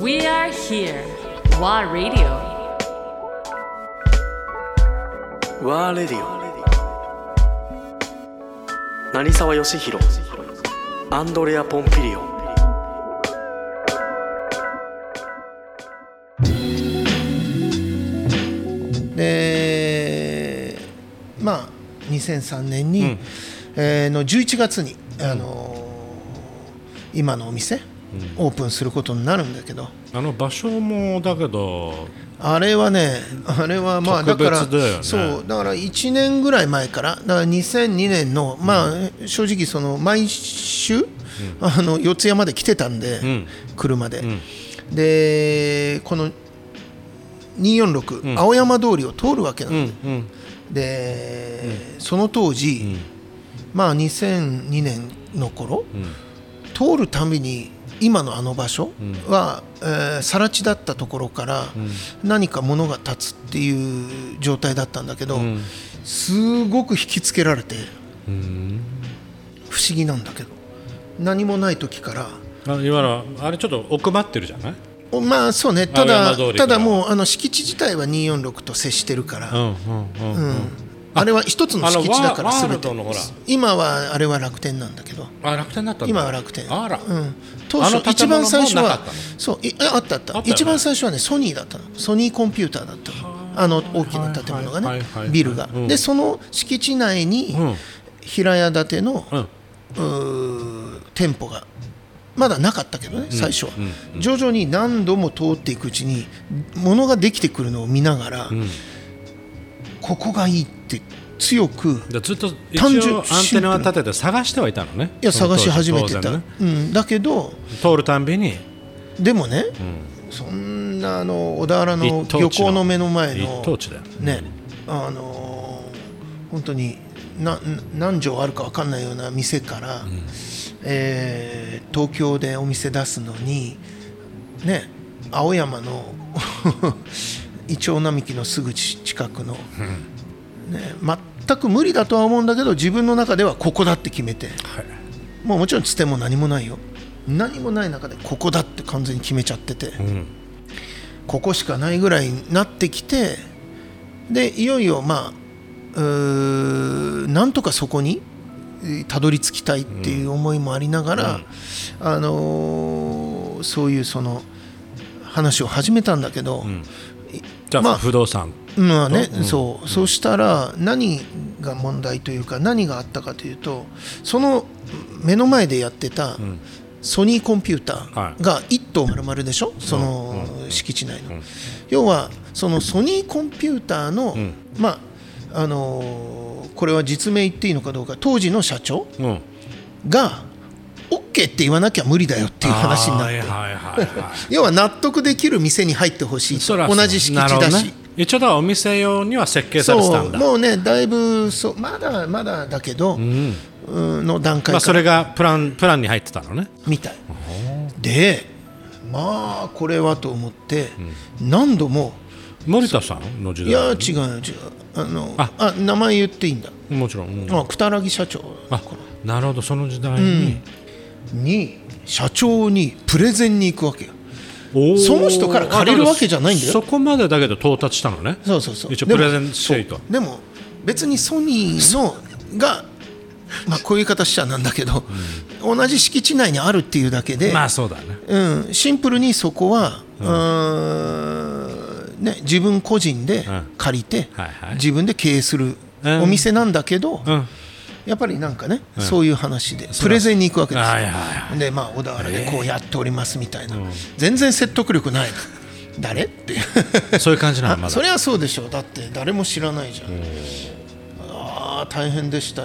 We are here. WA Radio. WA Radio。成沢義弘、アンドレア・ポンピリオン。 でまあ2003年に、の11月に、今のお店、オープンすることになるんだけど、 場所もだけどあれはまあだから特別だよね。 そうだから1年ぐらい前からだから2002年のまあ正直その毎週、四谷まで来てたんで、車で、でこの246、青山通りを通るわけなんで、その当時、まあ2002年の頃、通るたびに今のあの場所は、更地だったところから何か物が立つっていう状態だったんだけど、すごく引きつけられて、不思議なんだけど何もない時からいわゆるあれちょっと奥まってるじゃない。 まあそうね、ただもう敷地自体は246と接してるから、あれは一つの敷地だから全て。今はあれは楽天なんだけど。 楽天だったんだ。 今は楽天。 あら。 当初一番最初はそうあった。一番最初はねソニーだったの。ソニーコンピューターだったの。大きな建物がね、ビルが。でその敷地内に平屋建ての店舗がまだなかったけどね、最初は。徐々に何度も通っていくうちに物ができてくるのを見ながら、ここがいいって強くずっと一応アンテナを立てて探してはいたのね。 いや探し始めてた、だけど通るたんびにでもね、そんな小田原の漁港の目の前の一等地だよね、本当に何畳あるか分かんないような店から、東京でお店出すのにね、青山のイチョウ並木のすぐ近くの、全く無理だとは思うんだけど自分の中ではここだって決めて、もちろんつても何もないよ、何もない中でここだって完全に決めちゃってて、ここしかないぐらいになってきて、でいよいよなんとかそこにたどり着きたいっていう思いもありながら、そういうその話を始めたんだけど、 じゃあ不動産そうしたら何が問題というか何があったかというと、その目の前でやってたソニーコンピューターが1棟丸々でしょ、その敷地内の。要はそのソニーコンピューターのこれは実名言っていいのかどうか、当時の社長が OK って言わなきゃ無理だよっていう話になって、要は納得できる店に入ってほしいと、同じ敷地だし、 一応だお店用には設計されてたんだ。 もうねだいぶまだだけど、の段階から、 それがプランに入ってたのねみたいで、これはと思って何度も。 森田さんの時代？いや違う名前言っていいんだ。 もちろん。 くたらぎ社長。 なるほど、その時代に社長にプレゼンに行くわけよ。その人から借りるわけじゃないんだよ。 そこまでだけど到達したのね。 そう一応プレゼンしていいと。 でも別にソニーのがこういう言い方しちゃなんだけど、同じ敷地内にあるっていうだけで、 そうだね。 シンプルにそこは自分個人で借りて自分で経営するお店なんだけど、やっぱりなんかね、そういう話でプレゼンに行くわけですよ。で小田原でこうやっておりますみたいな、全然説得力ない誰ってそういう感じなの。 それはそうでしょう、だって誰も知らないじゃん。大変でしたよ。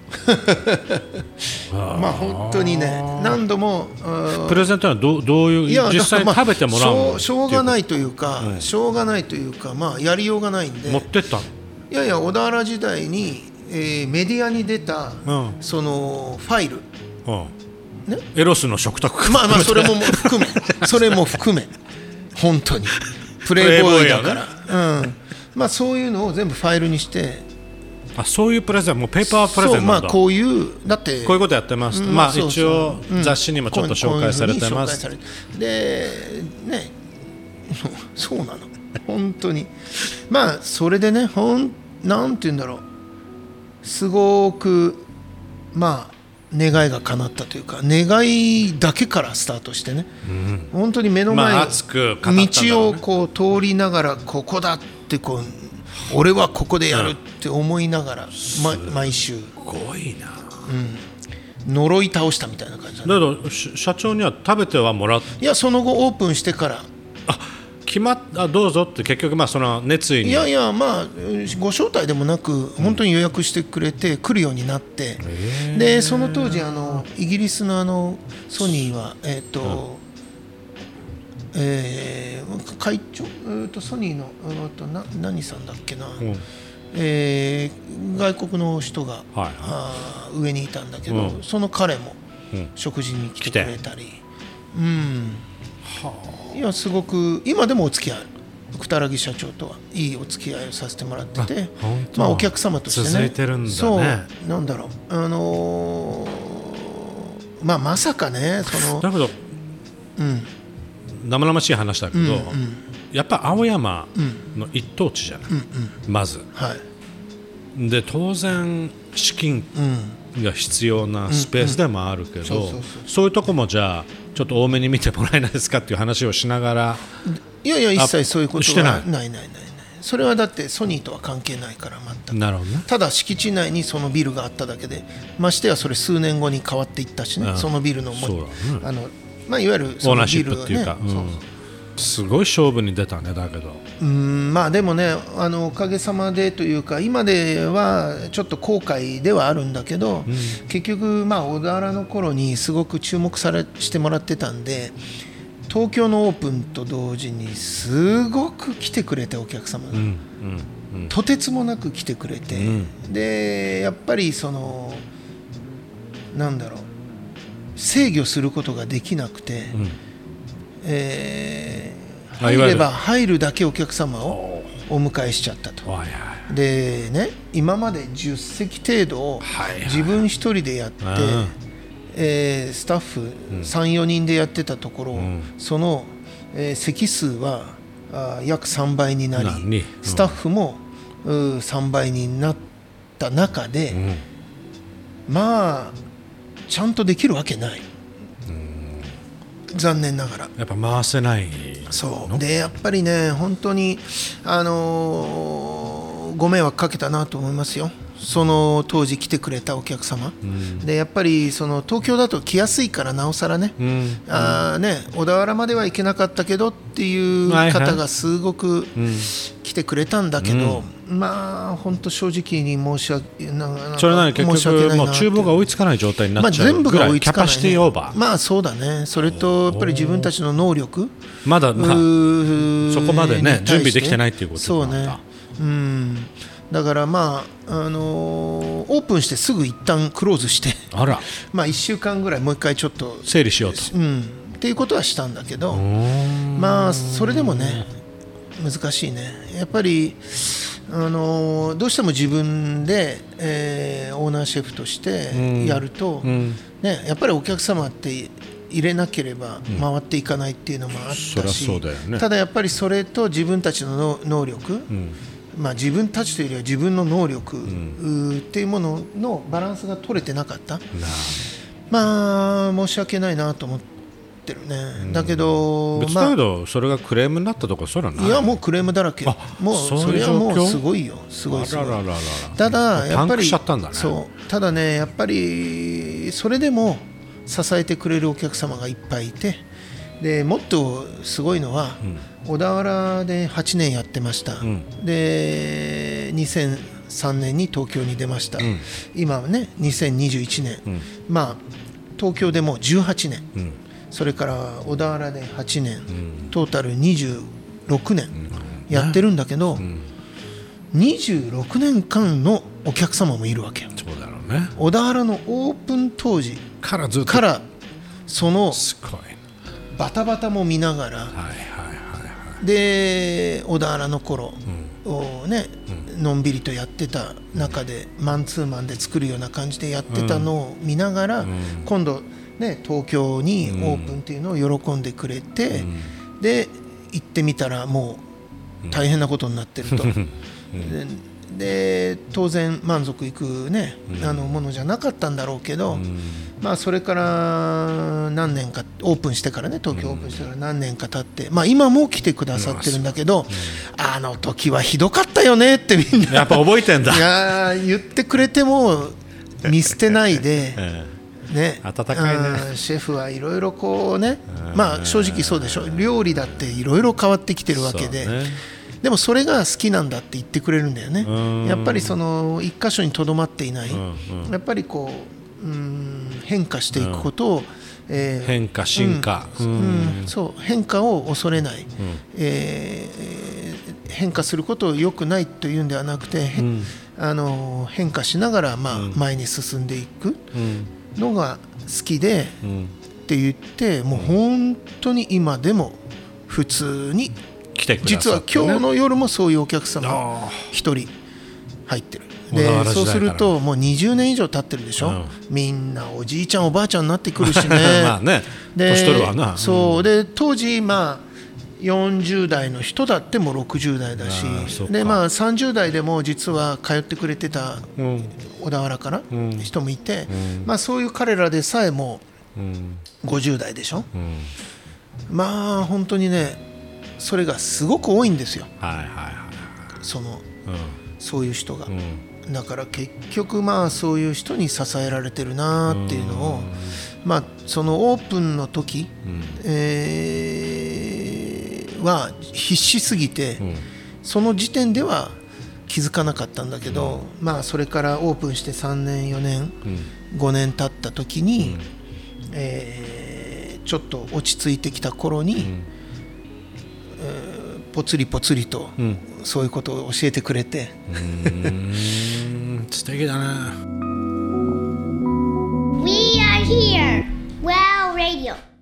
本当にね、何度もプレゼントはどういう実際に食べてもらうの？ しょうがないというか、やりようがないんで持ってったの。 いや小田原時代に、メディアに出た、そのファイル、 エロスの食卓、 それも含め本当にプレイボーイだから、そういうのを全部ファイルにしてそういうプレゼンもうペーパープレゼンなんだ。 そう、こういうだってこういうことやってます、一応雑誌にもちょっと紹介されてます。 でねそうなの本当にそれでねなんて言うんだろう、すごく願いが叶ったというか、願いだけからスタートしてね、本当に目の前の道をこう通りながら、ここだって俺はここでやるって思いながら、毎週すごいな、 呪い倒したみたいな感じだね。 だけど社長には食べてはもらっいや、その後オープンしてからどうぞって結局その熱意に、 いやご招待でもなく本当に予約してくれて来るようになって、でその当時イギリスのソニーは会長ソニーの何さんだっけな、外国の人が、上にいたんだけど、その彼も食事に来てくれたり、いやすごく今でもお付き合い、福田木社長とはいいお付き合いをさせてもらってて、お客様としてね続いてるんだね。 そうなんだろう、まさかねだけど、生々しい話だけど、やっぱ青山の一等地じゃない、まず、で当然資金が必要なスペースでもあるけど、そういうとこもじゃあちょっと多めに見てもらえないですかっていう話をしながら、 いや一切そういうことはない。それはだってソニーとは関係ないから全く。 なるほどね。 ただ敷地内にそのビルがあっただけで、ましてやそれ数年後に変わっていったしね、そのビルのいわゆるそのビルがね、 すごい勝負に出たね。だけどでもね、おかげさまでというか、今ではちょっと後悔ではあるんだけど、結局小田原の頃にすごく注目してもらってたんで、東京のオープンと同時にすごく来てくれて、お客様が、とてつもなく来てくれて、でやっぱりなんだろう、制御することができなくて、入れば入るだけお客様をお迎えしちゃったと。でね、今まで10席程度を自分一人でやって、スタッフ 3,4 人でやってたところ、その、席数は約3倍になり、スタッフも3倍になった中で、ちゃんとできるわけない、残念ながら。 やっぱ回せない。 そうで、やっぱりね、本当にご迷惑かけたなと思いますよ、その当時来てくれたお客様、でやっぱり東京だと来やすいから、なおさらね、小田原までは行けなかったけどっていう方がすごく来てくれたんだけど、本当正直に申し訳ないな。 それなり結局もう厨房が追いつかない状態になっちゃうぐらいキャパシティオーバー。 そうだね。それとやっぱり自分たちの能力、 まだそこまでね準備できてないっていうことなんだ。 そうね。だからオープンしてすぐ一旦クローズして、1週間ぐらいもう一回ちょっと整理しようと、 っていうことはしたんだけど、それでもね難しいね。やっぱりどうしても自分で、オーナーシェフとしてやると、やっぱりお客様って入れなければ回っていかないっていうのもあったし、ただやっぱりそれと自分たちの能力、自分たちというよりは自分の能力っていうもののバランスが取れてなかった。申し訳ないなと思ってるね。だけど別だけど、それがクレームになったとかそれはない。 いやもうクレームだらけ。もうそれはもうすごいよ、すごい。ただやっぱりただね、やっぱりそれでも支えてくれるお客様がいっぱいいて、でもっとすごいのは、小田原で8年やってました、で2003年に東京に出ました、今はね2021年、東京でも18年、それから小田原で8年、トータル26年やってるんだけど、26年間のお客様もいるわけよ。 そうだろうね。 小田原のオープン当時からずっとそのバタバタも見ながら、で小田原の頃をね、 のんびりとやってた中でマンツーマンで作るような感じでやってたのを見ながら、今度ね東京にオープンっていうのを喜んでくれて、で行ってみたらもう大変なことになってると。で当然満足いくね、ものじゃなかったんだろうけど、まあそれから何年かオープンしてからね、東京オープンしてから何年か経って、まあ今も来てくださってるんだけど、あの時はひどかったよねってみんなやっぱ覚えてんだ。 いや言ってくれても見捨てないでね、 温かいね。 シェフはいろいろこうね、まあ正直そうでしょ、料理だっていろいろ変わってきてるわけで、でもそれが好きなんだって言ってくれるんだよね。やっぱりその一箇所にとどまっていない、やっぱりこう変化していくことを、 変化進化、 そう変化を恐れない、変化することを良くないというんではなくて、変化しながらまあ前に進んでいくのが好きで、って言って、もう本当に今でも普通に来てくださってね、 実は今日の夜もそういうお客様一人入ってる。でそうするともう20年以上経ってるでしょ、みんなおじいちゃんおばあちゃんになってくるしねまあね、 で年取るわな。 そうで当時まあ40代の人だってもう60代だし、でまあ30代でも実は通ってくれてた小田原から人もいて、まあそういう彼らでさえも50代でしょ、まあ本当にねそれがすごく多いんですよ、そういう人が、だから結局まあそういう人に支えられてるなっていうのを、まあそのオープンの時、は必死すぎて、その時点では気づかなかったんだけど、まあそれからオープンして3年4年、5年経った時に、ちょっと落ち着いてきた頃に、ぽつりぽつりとそういうことを教えてくれて、 素敵だな。 We are here. Wow Radio.